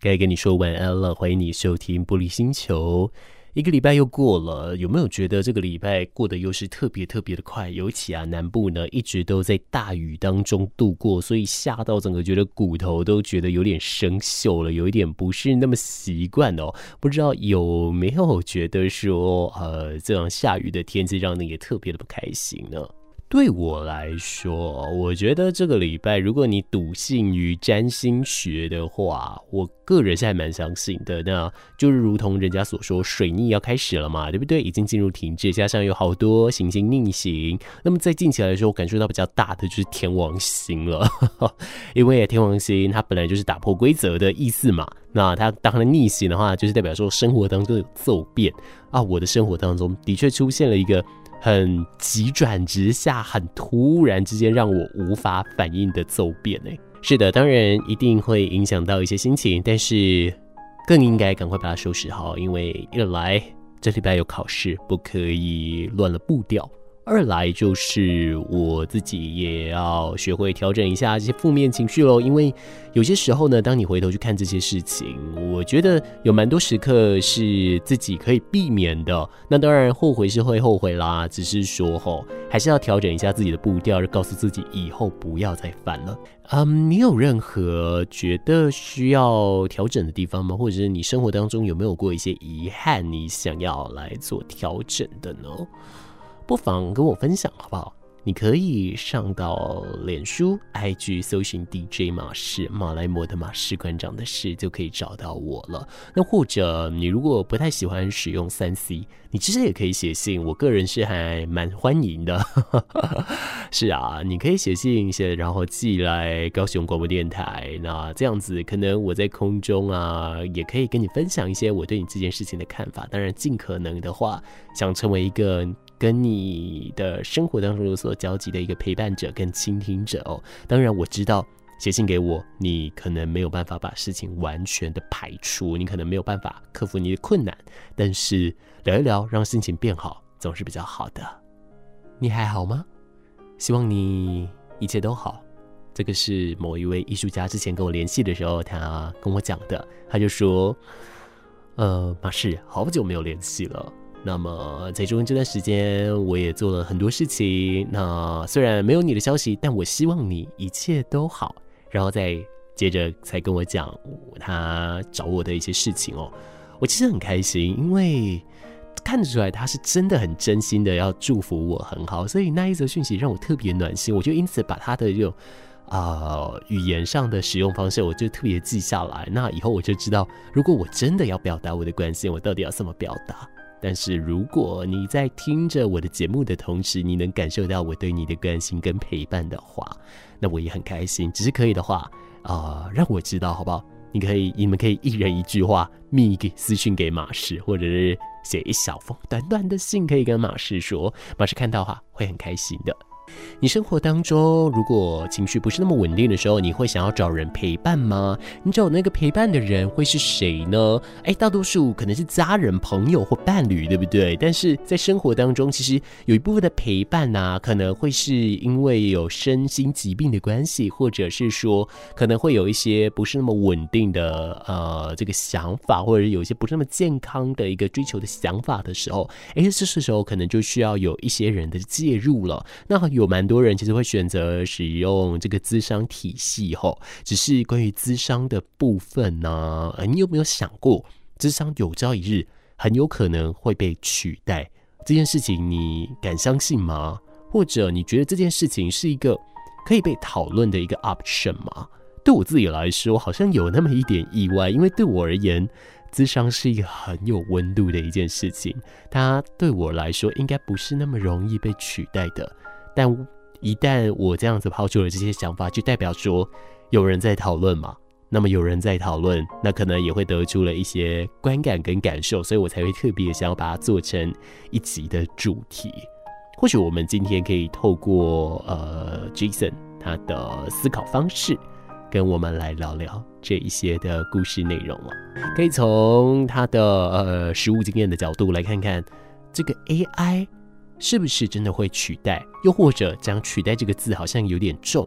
该跟你说晚安了，欢迎你收听玻璃星球。一个礼拜又过了，有没有觉得这个礼拜过得又是特别的快？尤其南部呢一直都在大雨当中度过，所以吓到整个觉得骨头都觉得有点生锈了，有一点不是那么习惯哦。不知道有没有觉得说这样下雨的天气让你也特别的不开心呢？对我来说，我觉得这个礼拜如果你笃信于占星学的话，我个人是还蛮相信的。那就是如同人家所说，水逆要开始了嘛，对不对？已经进入停滞，加上有好多行星逆行。那么在近期来说，我感受到比较大的就是天王星了因为天王星它本来就是打破规则的意思嘛，那它当然逆行的话，就是代表说生活当中有骤变啊。我的生活当中的确出现了一个很急转直下、很突然之间让我无法反应的骤变是的，当然一定会影响到一些心情，但是更应该赶快把它收拾好，因为一来这礼拜有考试，不可以乱了步调；二来就是我自己也要学会调整一下这些负面情绪咯，因为有些时候呢，当你回头去看这些事情，我觉得有蛮多时刻是自己可以避免的。那当然后悔是会后悔啦，只是说还是要调整一下自己的步调，告诉自己以后不要再犯了。你有任何觉得需要调整的地方吗？或者是你生活当中有没有过一些遗憾你想要来做调整的呢？不妨跟我分享好不好？你可以上到脸书 IG 搜寻 DJ 马士，马来貘的马士馆长的士，就可以找到我了。那或者你如果不太喜欢使用 3C， 你其实也可以写信，我个人是还蛮欢迎的是啊，你可以写信然后寄来高雄广播电台，那这样子可能我在空中也可以跟你分享一些我对你这件事情的看法。当然尽可能的话，想成为一个跟你的生活当中有所交集的一个陪伴者跟倾听者哦。当然我知道写信给我，你可能没有办法把事情完全的排除，你可能没有办法克服你的困难，但是聊一聊让心情变好总是比较好的。你还好吗？希望你一切都好。这个是某一位艺术家之前跟我联系的时候他跟我讲的，他就说马士好久没有联系了，那么在中间这段时间我也做了很多事情，那虽然没有你的消息，但我希望你一切都好。然后再接着才跟我讲他找我的一些事情哦。我其实很开心，因为看得出来他是真的很真心的要祝福我很好，所以那一则讯息让我特别暖心，我就因此把他的这种语言上的使用方式我就特别记下来。那以后我就知道，如果我真的要表达我的关心，我到底要怎么表达。但是如果你在听着我的节目的同时，你能感受到我对你的关心跟陪伴的话，那我也很开心。只是可以的话让我知道好不好？你们可以一人一句话私讯给马士，或者是写一小封短短的信，可以跟马士说，马士看到会很开心的。你生活当中如果情绪不是那么稳定的时候，你会想要找人陪伴吗？你找那个陪伴的人会是谁呢？大多数可能是家人、朋友或伴侣，对不对？但是在生活当中，其实有一部分的陪伴可能会是因为有身心疾病的关系，或者是说可能会有一些不是那么稳定的这个想法，或者有一些不是那么健康的一个追求的想法的时候，这时候可能就需要有一些人的介入了。那有蛮多人其实会选择使用这个咨商体系只是关于咨商的部分你有没有想过咨商有朝一日很有可能会被取代？这件事情你敢相信吗？或者你觉得这件事情是一个可以被讨论的一个 option 吗？对我自己来说好像有那么一点意外，因为对我而言咨商是一个很有温度的一件事情，它对我来说应该不是那么容易被取代的。但一旦我这样子抛出了这些想法，就代表说有人在讨论嘛，那么有人在讨论，那可能也会得出了一些观感跟感受，所以我才会特别想要把它做成一集的主题。或许我们今天可以透过Jason 他的思考方式跟我们来聊聊这一些的故事内容可以从他的实务经验的角度来看看这个 AI是不是真的会取代，又或者将取代这个字好像有点重，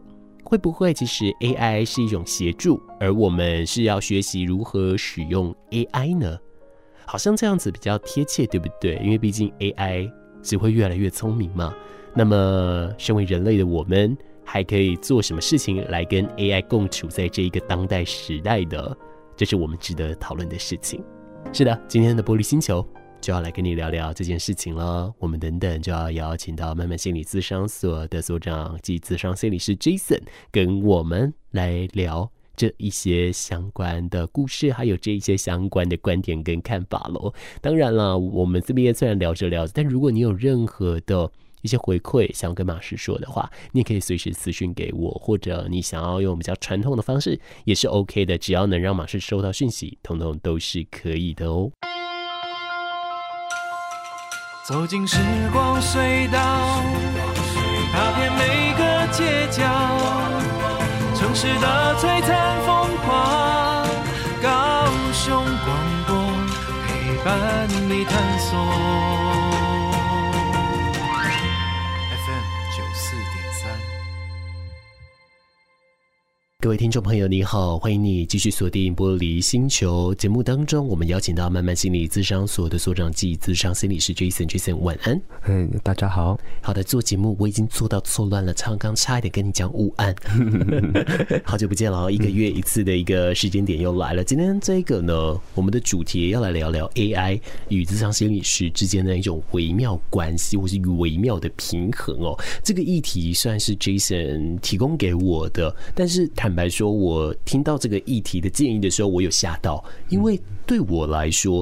会不会其实 AI 是一种协助，而我们是要学习如何使用 AI 呢？好像这样子比较贴切，对不对？因为毕竟 AI 只会越来越聪明嘛。那么身为人类的我们还可以做什么事情来跟 AI 共处在这一个当代时代的？这是我们值得讨论的事情。是的，今天的玻璃星球就要来跟你聊聊这件事情了。我们等等就要邀请到慢慢心理咨商所的所长及咨商心理师 Jason 跟我们来聊这一些相关的故事，还有这一些相关的观点跟看法咯。当然了，我们这边虽然聊着聊着，但如果你有任何的一些回馈想要跟马师说的话，你也可以随时私讯给我，或者你想要用比较传统的方式也是 OK 的，只要能让马师收到讯息，统统都是可以的哦。 走进时光隧道，踏遍每个街角，城市的璀璨风华，高雄广播陪伴你探索 FM 94.3。 各位听众朋友你好，欢迎你继续锁定玻璃星球节目当中，我们邀请到慢慢心理咨商所的所长暨咨商心理师 Jason 晚安。 大家好。 好的，做节目我已经做到错乱了，刚刚差一点跟你讲午安好久不见了，一个月一次的一个时间点又来了。今天这个呢，我们的主题要来聊聊 AI 与咨商心理师之间的一种微妙关系，或是微妙的平衡哦。这个议题算是 Jason 提供给我的，但是坦白说，我听到这个议题的建议的时候，我有吓到，因为对我来说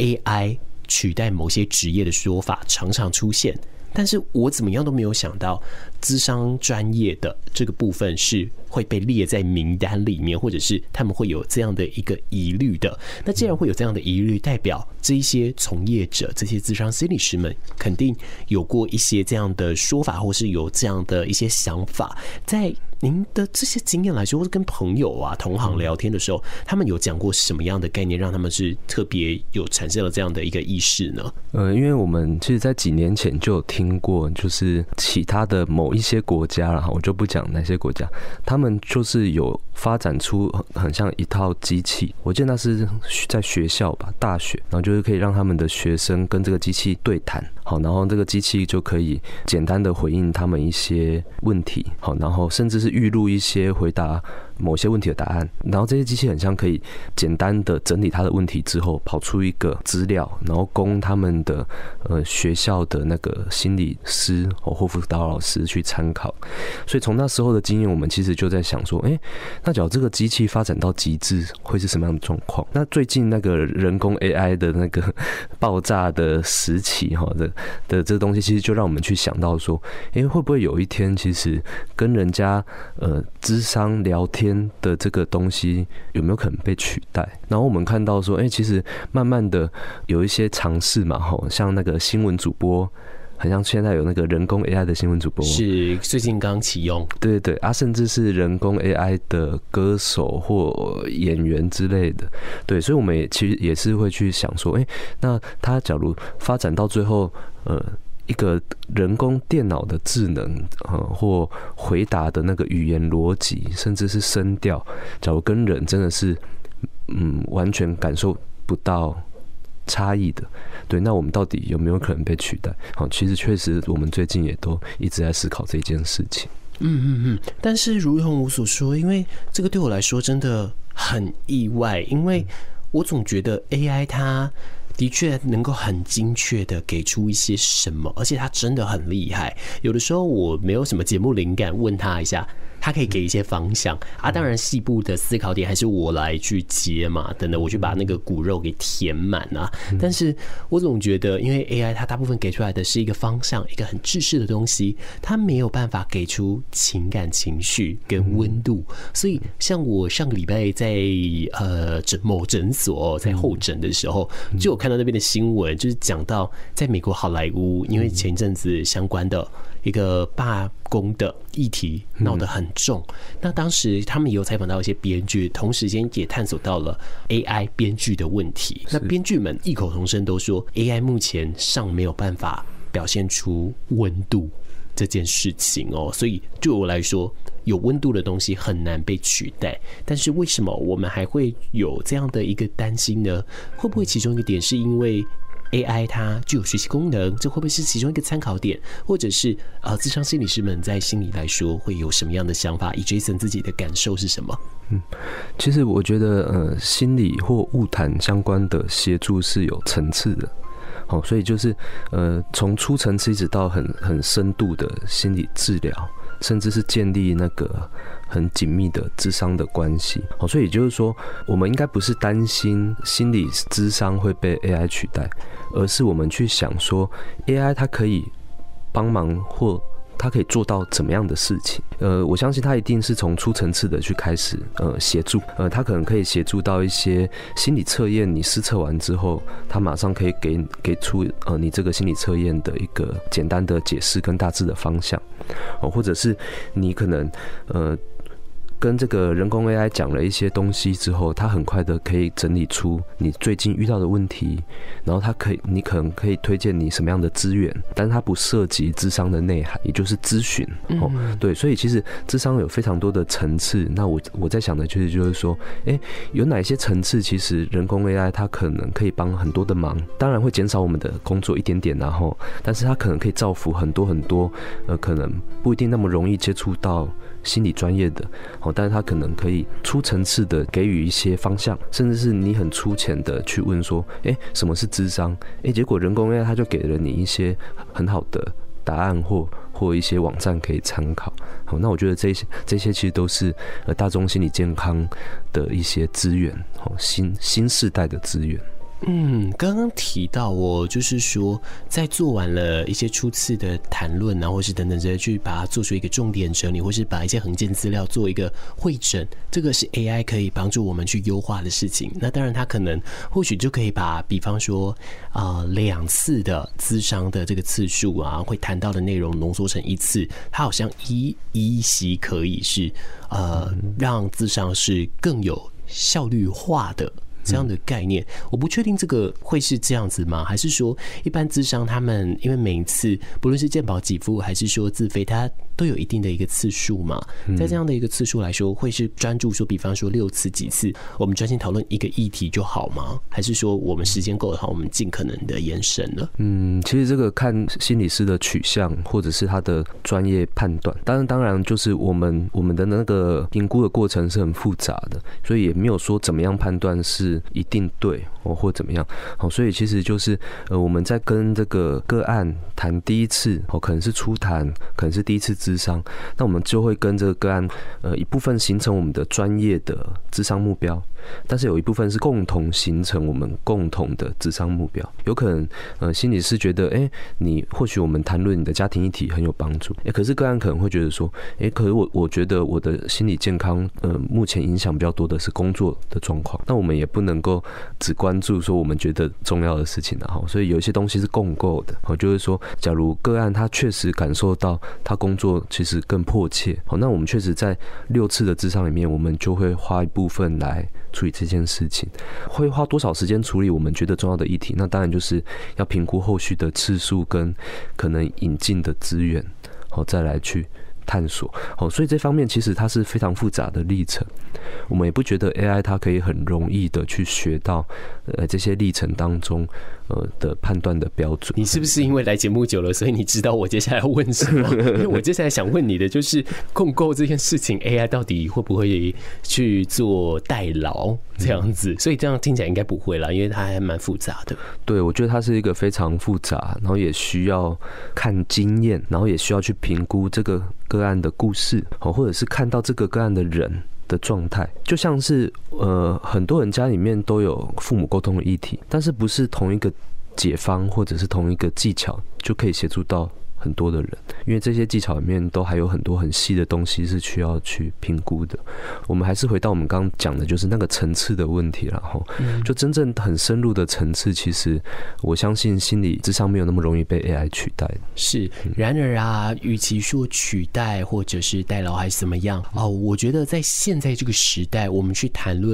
AI 取代某些职业的说法常常出现，但是我怎么样都没有想到咨商专业的这个部分是会被列在名单里面，或者是他们会有这样的一个疑虑的。那既然会有这样的疑虑，代表这一些从业者，这些咨商心理师们肯定有过一些这样的说法，或是有这样的一些想法。在您的这些经验来说，或是跟朋友啊同行聊天的时候，他们有讲过什么样的概念让他们是特别有产生了这样的一个意识呢？ 因为我们其实在几年前就有听过，就是其他的某一些国家啦，我就不讲哪些国家，他们就是有发展出很像一套机器，我记得那是在学校吧，大学，然后就是可以让他们的学生跟这个机器对谈，好，然后这个机器就可以简单的回应他们一些问题，好，然后甚至是预录一些回答某些问题的答案，然后这些机器很像可以简单的整理他的问题之后，跑出一个资料，然后供他们的学校的那个心理师或辅导老师去参考。所以从那时候的经验，我们其实就在想说，那假如这个机器发展到极致，会是什么样的状况？那最近那个人工 AI 的那个爆炸的时期的这个东西，其实就让我们去想到说，会不会有一天，其实跟人家咨商聊天的这个东西有没有可能被取代？然后我们看到说，其实慢慢的有一些尝试嘛，像那个新闻主播，很像现在有那个人工 AI 的新闻主播， 是最近刚启用， 对对啊，甚至是人工 AI 的歌手或演员之类的，对，所以我们其实也是会去想说，那他假如发展到最后，一个人工电脑的智能，或回答的那个语言逻辑，甚至是声调，假如跟人真的是完全感受不到差异的，对，那我们到底有没有可能被取代？好，其实确实我们最近也都一直在思考这件事情。 但是如同我所说，因为这个对我来说真的很意外，因为我总觉得 AI 它的确能够很精确的给出一些什么，而且它真的很厉害。有的时候我没有什么节目灵感，问他一下，他可以给一些方向啊。当然细部的思考点还是我来去接嘛，等等我去把那个骨肉给填满啊。但是我总觉得，因为 AI 它大部分给出来的是一个方向，一个很制式的东西，它没有办法给出情感情绪跟温度。所以像我上个礼拜在某诊所在候诊的时候，就有看到那边的新闻，就是讲到在美国好莱坞，因为前一阵子相关的一个罢工的议题闹得很重，那当时他们也有采访到一些编剧，同时间也探索到了 AI 编剧的问题。那编剧们异口同声都说 AI 目前尚没有办法表现出温度， 这件事情哦。所以对我来说，有温度的东西很难被取代。但是为什么我们还会有这样的一个担心呢？会不会其中一个点是因为AI 它具有学习功能，这会不会是其中一个参考点？或者是諮商心理师们在心里来说会有什么样的想法？以 Jason 自己的感受是什么？ 其实我觉得心理或物谈相关的协助是有层次的。所以就是从初层次一直到很深度的心理治疗，甚至是建立那个很紧密的諮商的关系。所以也就是说，我们应该不是担心心理諮商会被 AI 取代，而是我们去想说 AI 它可以帮忙或他可以做到怎么样的事情？我相信他一定是从初层次的去开始协助。他可能可以协助到一些心理测验，你施测完之后，他马上可以给出你这个心理测验的一个简单的解释跟大致的方向，或者是你可能跟这个人工 AI 讲了一些东西之后，它很快的可以整理出你最近遇到的问题，然后你可能可以推荐你什么样的资源，但是它不涉及諮商的内涵，也就是咨询。对，所以其实諮商有非常多的层次。那我在想的就是说，有哪些层次其实人工 AI 它可能可以帮很多的忙，当然会减少我们的工作一点点，然后，但是它可能可以造福很多很多可能不一定那么容易接触到心理专业的，但是他可能可以初层次的给予一些方向，甚至是你很粗浅的去问说，什么是諮商？结果人工 AI 他就给了你一些很好的答案或一些网站可以参考。好，那我觉得这些其实都是大众心理健康的一些资源，新世代的资源。 刚刚提到就是说，在做完了一些初次的谈论啊，或是等等之类，去把它做出一个重点整理，或是把一些横件资料做一个汇整，这个是 AI 可以帮助我们去优化的事情。那当然，它可能或许就可以把，比方说2次的諮商的这个次数啊，会谈到的内容浓缩成1次，它好像依稀可以是让諮商是更有效率化的。这样的概念，我不确定这个会是这样子吗？还是说一般諮商他们因为每一次不论是健保给付还是说自费，它都有一定的一个次数嘛？在这样的一个次数来说，会是专注说，比方说6次几次，我们专心讨论一个议题就好吗？还是说我们时间够的话，我们尽可能的延伸了？ 其实这个看心理师的取向或者是他的专业判断，当然就是我们的那个评估的过程是很复杂的，所以也没有说怎么样判断是一定对或怎么样。所以其实就是我们在跟这个个案谈第一次，可能是初谈，可能是第一次諮商，那我们就会跟这个个案一部分形成我们的专业的諮商目标，但是有一部分是共同形成我们共同的諮商目标。有可能心理师觉得你或许我们谈论你的家庭议题很有帮助，可是个案可能会觉得说可是我觉得我的心理健康目前影响比较多的是工作的状况，那我们也不能够只关注说我们觉得重要的事情啊，所以有一些东西是共构的。就是说假如个案他确实感受到他工作其实更迫切，那我们确实在6次的諮商里面，我们就会花一部分来处理这件事情。会花多少时间处理我们觉得重要的议题，那当然就是要评估后续的次数跟可能引进的资源，再来去探索。所以这方面其实它是非常复杂的历程，我们也不觉得 AI 它可以很容易的去学到这些历程当中的判断的标准。 你是不是因为来节目久了，所以你知道我接下来要问什么？因为我接下来想问你的就是共构这件事情 AI 到底会不会去做代劳这样子，所以这样听起来应该不会啦，因为它还蛮复杂的。 对，我觉得它是一个非常复杂，然后也需要看经验，然后也需要去评估这个个案的故事，或者是看到这个个案的人的状态。就像是很多人家里面都有父母沟通的议题，但是不是同一个解方或者是同一个技巧就可以协助到很多的人，因为这些技巧里面都还有很多很细的东西是需要去评估的。我们还是回到我们刚刚讲的，就是那个层次的问题啦，就真正很深入的层次，其实我相信心理諮商没有那么容易被 AI 取代。 是，然而啊，与其说取代或者是代劳还是怎么样我觉得在现在这个时代，我们去谈论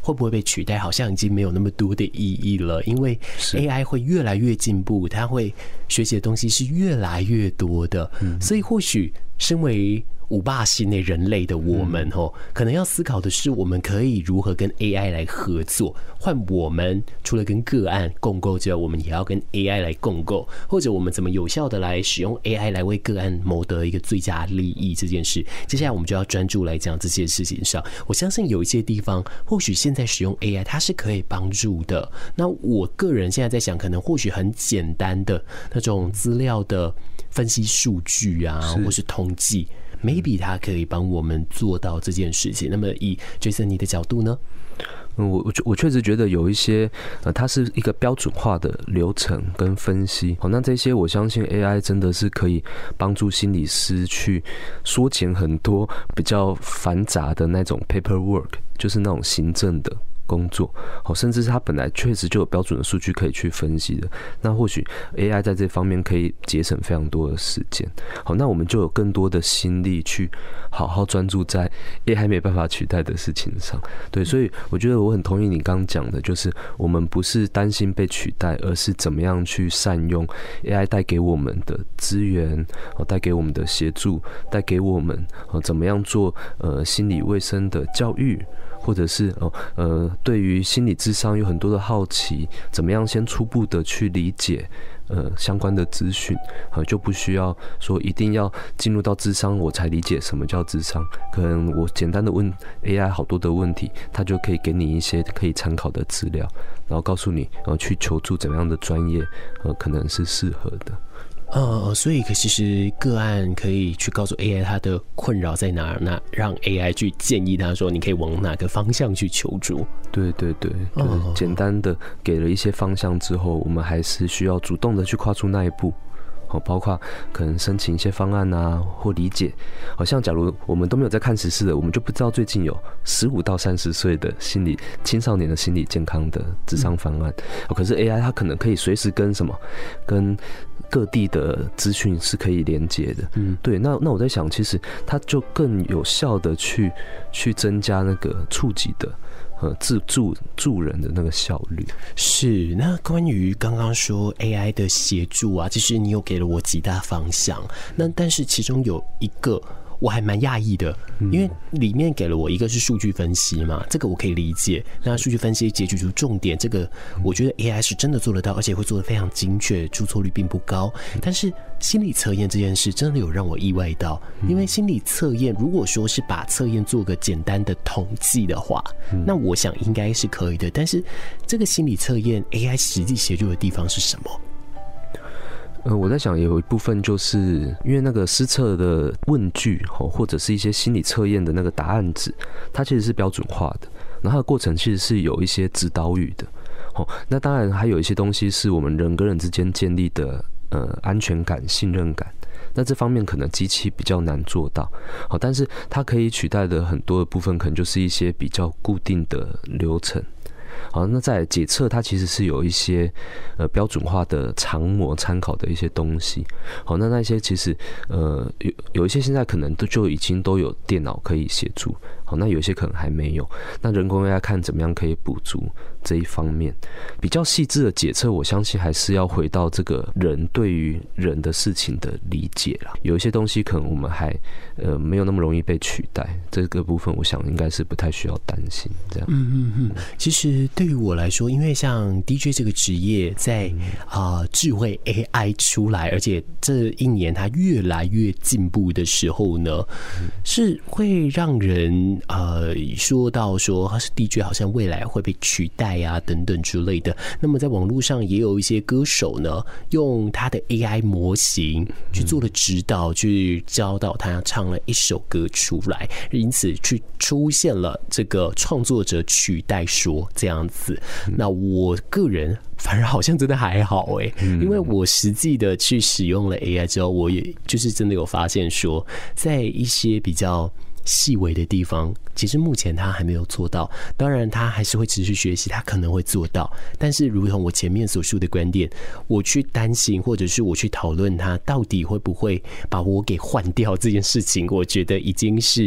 会不会被取代，好像已经没有那么多的意义了，因为 AI 会越来越进步，它会学习的东西是越来越多的，所以或许身为五霸系内人类的我们可能要思考的是，我们可以如何跟 AI 来合作，换我们除了跟个案共构之外，我们也要跟 AI 来共构，或者我们怎么有效的来使用 AI 来为个案谋得一个最佳利益这件事。接下来我们就要专注来讲这些事情上。我相信有一些地方，或许现在使用 AI 它是可以帮助的。那我个人现在在想，可能或许很简单的那种资料的分析数据啊，或是统计。maybe 它可以帮我们做到这件事情。那么以 Jason 你的角度呢？ 我确实觉得有一些它是一个标准化的流程跟分析。那这些我相信 AI 真的是可以帮助心理师去缩减很多比较繁杂的那种 paperwork， 就是那种行政的工作，甚至是它本来确实就有标准的数据可以去分析的，那或许 AI 在这方面可以节省非常多的时间。好，那我们就有更多的心力去好好专注在 AI 没办法取代的事情上。对，所以我觉得我很同意你刚刚讲的，就是我们不是担心被取代，而是怎么样去善用 AI 带给我们的资源，带给我们的协助，带给我们怎么样做心理卫生的教育。或者是对于心理咨商有很多的好奇，怎么样先初步的去理解相关的资讯，就不需要说一定要进入到咨商我才理解什么叫咨商。可能我简单的问 AI 好多的问题，它就可以给你一些可以参考的资料，然后告诉你去求助怎么样的专业可能是适合的。 所以其实个案可以去告诉 AI 他的困扰在哪，那让 AI 去建议他说你可以往哪个方向去求助。 对对对，就是简单的给了一些方向之后，我们还是需要主动的去跨出那一步。包括可能申请一些方案啊，或理解。好像假如我们都没有在看时事的，我们就不知道最近有15到30岁的青少年的心理健康的諮商方案。可是 AI 它可能可以随时跟跟各地的资讯是可以连接的。对。那我在想，其实它就更有效的去增加那个触及的。助人的那个效率。 是。那关于刚刚说 AI 的协助啊，其实你有给了我几大方向，那但是其中有一个我还蛮讶异的，因为里面给了我一个是数据分析嘛，这个我可以理解。那数据分析截取出重点，这个我觉得 AI 是真的做得到，而且会做得非常精确，出错率并不高。但是心理测验这件事真的有让我意外到，因为心理测验如果说是把测验做个简单的统计的话，那我想应该是可以的。但是这个心理测验 AI 实际协助的地方是什么？ 我在想有一部分就是因为那个施测的问句或者是一些心理测验的那个答案纸，它其实是标准化的，然后它的过程其实是有一些指导语的。那当然还有一些东西是我们人跟人之间建立的安全感、信任感，那这方面可能机器比较难做到。但是它可以取代的很多的部分，可能就是一些比较固定的流程。好，那在解测它其实是有一些标准化的常模参考的一些东西。好，那些其实有一些现在可能就已经都有电脑可以协助。好，那有些可能还没有。那人工 AI 看怎么样可以补足这一方面。比较细致的解测，我相信还是要回到这个人对于人的事情的理解啦。有一些东西可能我们还没有那么容易被取代，这个部分我想应该是不太需要担心。这样。 其实对于我来说，因为像 DJ 这个职业在智慧 AI 出来，而且这一年它越来越进步的时候呢，是会让人说到说他是 DJ 好像未来会被取代啊等等之类的。那么在网络上也有一些歌手呢，用他的 AI 模型去做了指导，去教导他唱了一首歌出来，因此去出现了这个创作者取代说这样子。那我个人反而好像真的还好因为我实际的去使用了 AI 之后，我也就是真的有发现说，在一些比较细微的地方，其实目前他还没有做到。当然他还是会持续学习，他可能会做到，但是如同我前面所述的观点，我去担心或者是我去讨论他到底会不会把我给换掉这件事情，我觉得已经是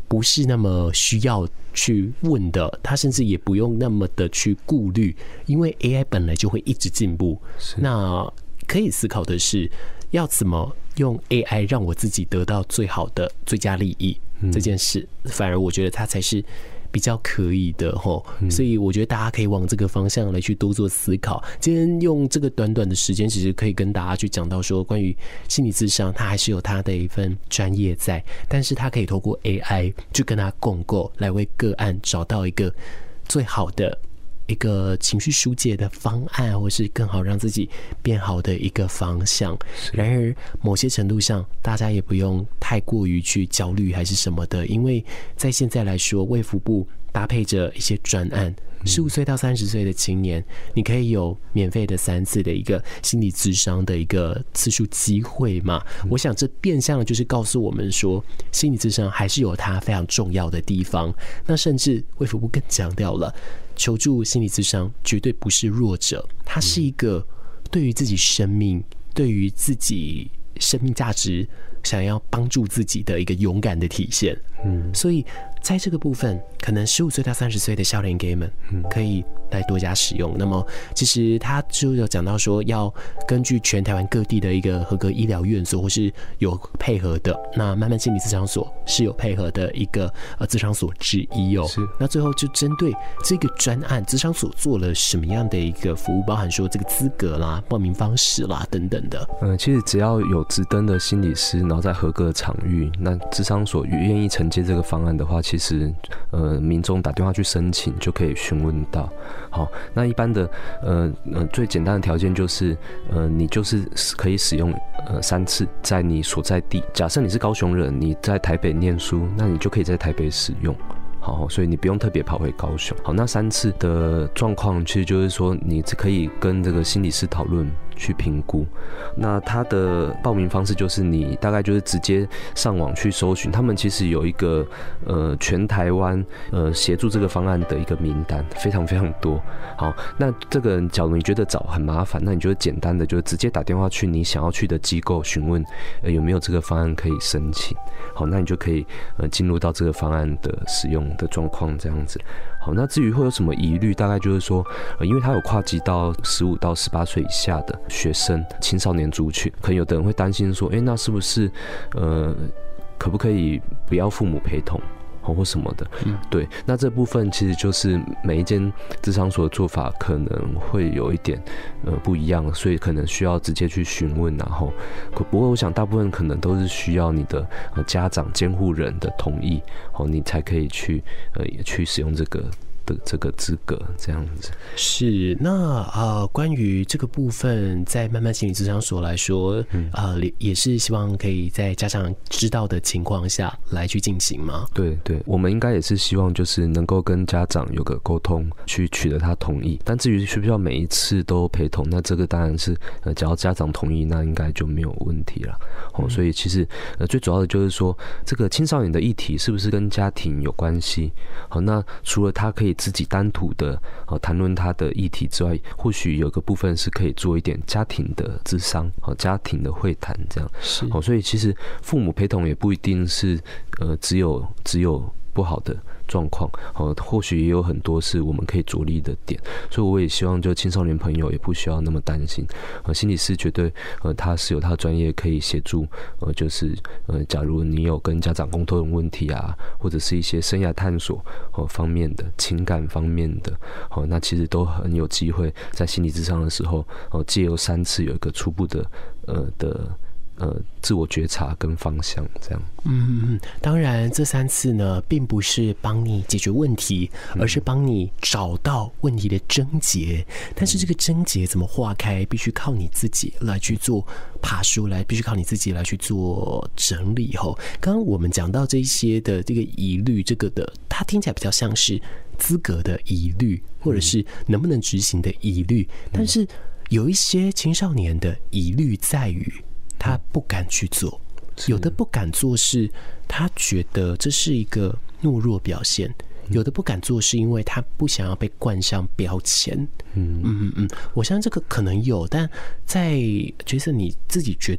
不是那么需要去问的，他甚至也不用那么的去顾虑，因为 AI 本来就会一直进步。那可以思考的是，要怎么用 AI 让我自己得到最好的最佳利益，这件事，反而我觉得它才是比较可以的齁。所以我觉得大家可以往这个方向来去多做思考。今天用这个短短的时间，其实可以跟大家去讲到说，关于心理咨商，它还是有它的一份专业在，但是它可以透过 AI 去跟它共构，来为个案找到一个最好的一个情绪疏解的方案，或是更好让自己变好的一个方向。然而某些程度上，大家也不用太过于去焦虑还是什么的，因为在现在来说，卫福部搭配着一些专案，15岁到30岁的青年，你可以有免费的3次的一个心理咨商的一个次数机会嘛。我想这变相的就是告诉我们说，心理咨商还是有它非常重要的地方。那甚至卫福部更强调了，求助心理咨商绝对不是弱者，它是一个对于自己生命、对于自己生命价值想要帮助自己的一个勇敢的体现。所以在这个部分，可能15岁到30岁的少年 gay 们可以来多加使用。那么其实他就有讲到说，要根据全台湾各地的一个合格医疗院所或是有配合的，那慢慢心理咨商所是有配合的一个咨商所之一哦。那最后就针对这个专案，咨商所做了什么样的一个服务，包含说这个资格啦、报名方式啦等等的。 其实只要有执登的心理师，然后在合格的场域，那咨商所愿意承接这个方案的话，其实民众打电话去申请就可以询问到。好，那一般的最简单的条件就是你就是可以使用3次在你所在地。假设你是高雄人，你在台北念书，那你就可以在台北使用。好，所以你不用特别跑回高雄。好，那3次的状况其实就是说，你可以跟这个心理师讨论去评估。那他的报名方式就是你大概就是直接上网去搜寻，他们其实有一个全台湾协助这个方案的一个名单，非常非常多。好，那这个假如你觉得找很麻烦，那你就简单的就直接打电话去你想要去的机构询问有没有这个方案可以申请。好，那你就可以进入到这个方案的使用的状况这样子。好，那至于会有什么疑虑，大概就是说因为它有跨级到15到18岁以下的学生、青少年族群，可能有的人会担心说，那是不是可不可以不要父母陪同或什么的？对，那这部分其实就是每一间咨商所的做法可能会有一点不一样，所以可能需要直接去询问。然后不过我想大部分可能都是需要你的家长、监护人的同意，你才可以去使用这个资格这样子。 是，那关于这个部分，在慢慢心理咨商所来说，也是希望可以在家长知道的情况下来去进行吗？ 对，我们应该也是希望就是能够跟家长有个沟通，去取得他同意。但至于需不需要每一次都陪同，那这个当然是只要家长同意，那应该就没有问题了。所以其实最主要的就是说，这个青少年的议题是不是跟家庭有关系？好，那除了他可以自己单独的谈论他的议题之外，或许有个部分是可以做一点家庭的咨商、家庭的会谈这样。 是， 所以其实父母陪同也不一定是只有不好的状况，或许也有很多是我们可以着力的点。所以我也希望就青少年朋友也不需要那么担心，心理师绝对他是有他的专业可以协助，就是假如你有跟家长沟通的问题啊，或者是一些生涯探索方面的、情感方面的，那其实都很有机会在心理咨商的时候，藉由3次有一个初步的自我觉察跟方向这样。 当然这3次呢并不是帮你解决问题，而是帮你找到问题的症结。但是这个症结怎么化开，必须靠你自己来去做爬梳，必须靠你自己来去做整理。刚刚我们讲到这些的这个疑虑，这个的它听起来比较像是资格的疑虑，或者是能不能执行的疑虑。但是有一些青少年的疑虑在于他不敢去做，有的不敢做是他觉得这是一个懦弱表现，有的不敢做是因为他不想要被冠上标签。我相信这个可能有，但在角色你自己觉得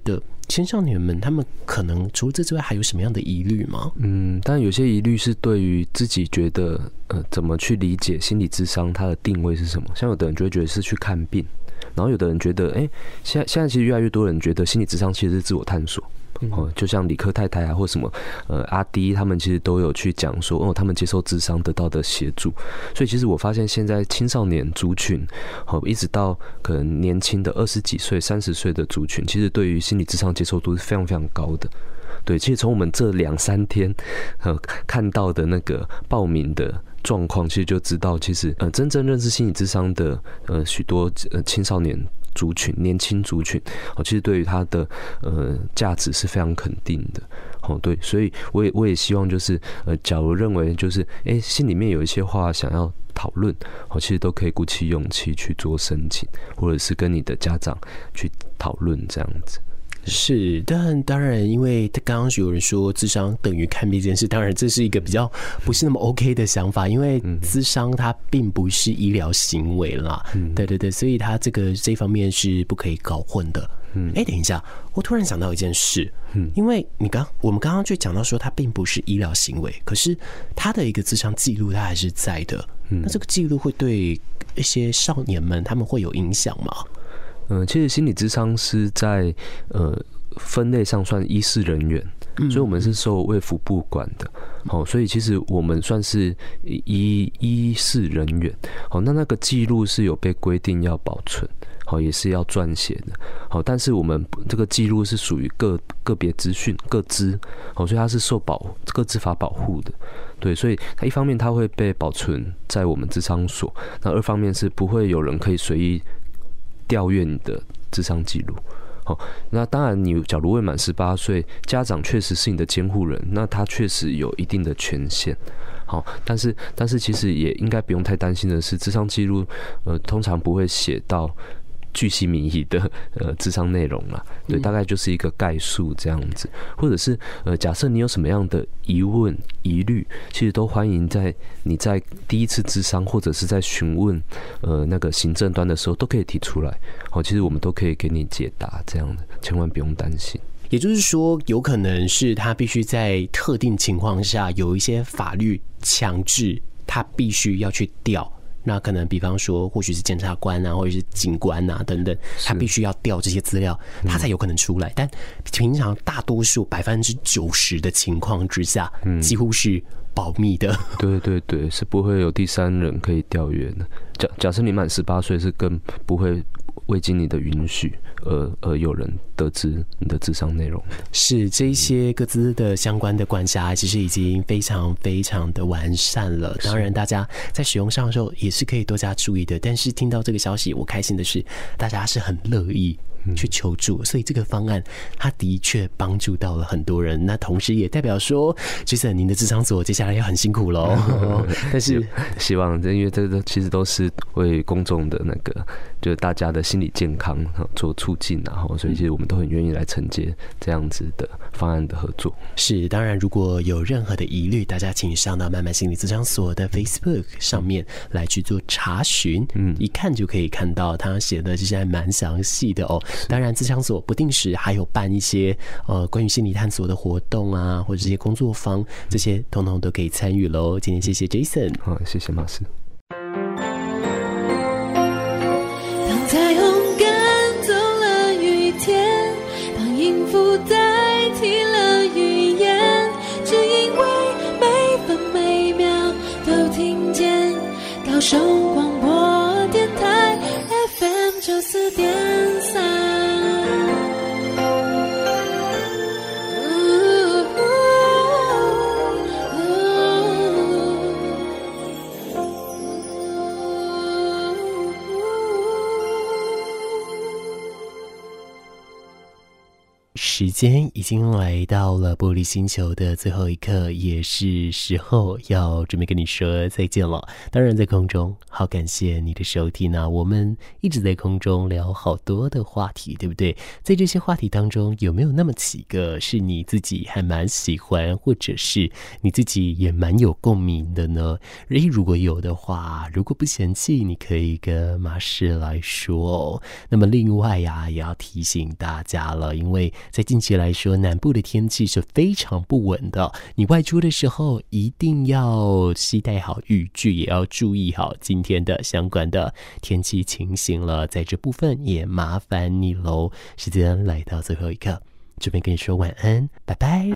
青少年们他们可能除了这之外还有什么样的疑虑吗？ 但有些疑虑是对于自己觉得怎么去理解心理咨商它的定位是什么。像有的人就会觉得是去看病，然后有的人觉得现在其实越来越多人觉得心理咨商其实是自我探索。就像理科太太啊，或什么阿滴，他们其实都有去讲说，他们接受咨商得到的协助。所以其实我发现现在青少年族群，一直到可能年轻的20几岁、30岁的族群，其实对于心理咨商接受度是非常非常高的。对，其实从我们这2-3天看到的那个报名的状况，其实就知道，其实真正认识心理咨商的许多青少年族群、年轻族群，其实对于他的价值是非常肯定的。对，所以我也希望就是假如认为就是心里面有一些话想要讨论，其实都可以鼓起勇气去做申请，或者是跟你的家长去讨论这样子。 是，但当然，因为刚刚有人说咨商等于看病这件事，当然这是一个比较不是那么 OK 的想法，因为咨商它并不是医疗行为啦，对，所以它这方面是不可以搞混的。等一下，我突然想到一件事，因为我们刚刚就讲到说它并不是医疗行为，可是它的一个咨商记录它还是在的，那这个记录会对一些少年们他们会有影响吗？ 其实心理咨商师在分类上算医事人员，所以我们是受卫福部管的。所以其实我们算是医事人员。那个记录是有被规定要保存，也是要撰写的。但是我们这个记录是属于个别资讯、个资，所以它是受个资法保护的。对，所以它一方面它会被保存在我们咨商所，那二方面是不会有人可以随意调阅你的咨商记录。那当然你假如未满18岁，家长确实是你的监护人，那他确实有一定的权限。但是其实也应该不用太担心的是，咨商记录通常不会写到巨细靡遗的咨商内容啦，对，大概就是一个概述这样子，或者是假设你有什么样的疑问疑虑，其实都欢迎你在第一次咨商或者是在询问那个行政端的时候都可以提出来，其实我们都可以给你解答这样的，千万不用担心。 也就是说，有可能是他必须在特定情况下有一些法律强制他必须要去调。那可能比方说或许是检察官啊，或者是警官啊等等，他必须要调这些资料，他才有可能出来。但平常大多数90%的情况之下，几乎是保密的。 对，是不会有第三人可以调阅的。假设你满18岁，是更不会未经你的允许而有人得知你的咨商内容。是这一些各自的相关的管辖其实已经非常非常的完善了，当然大家在使用上的时候也是可以多加注意的。但是听到这个消息，我开心的是大家是很乐意去求助，所以这个方案它的确帮助到了很多人。那同时也代表说 Jason 您的咨商所接下来要很辛苦咯但是希望因为这个其实都是为公众的那个就是大家的心理健康做促进，然后所以其实我们都很愿意来承接这样子的方案的合作。是， 当然如果有任何的疑虑，大家请上到慢慢心理咨商所的 Facebook 上面来去做查询，一看就可以看到他写的其实还蛮详细的哦。当然咨商所不定时还有办一些关于心理探索的活动啊，或者这些工作坊，这些统统都可以参与咯。今天谢谢 Jason。 好，谢谢马斯。 当彩虹赶走了雨天，当音符代替了语言，只因为每分每秒都听见高雄广播电台 FM 94.3。 时间已经来到了玻璃星球的最后一刻，也是时候要准备跟你说再见了。当然在空中好感谢你的收听啊，我们一直在空中聊好多的话题，对不对？在这些话题当中，有没有那么几个是你自己还蛮喜欢，或者是你自己也蛮有共鸣的呢？如果有的话，如果不嫌弃，你可以跟马士来说哦。那么另外呀，也要提醒大家了，因为在近期来说，南部的天气是非常不稳的，你外出的时候一定要携带好雨具，也要注意好今天的相关的天气情形了。在这部分也麻烦你喽。时间来到最后一刻，这边跟你说晚安，拜拜。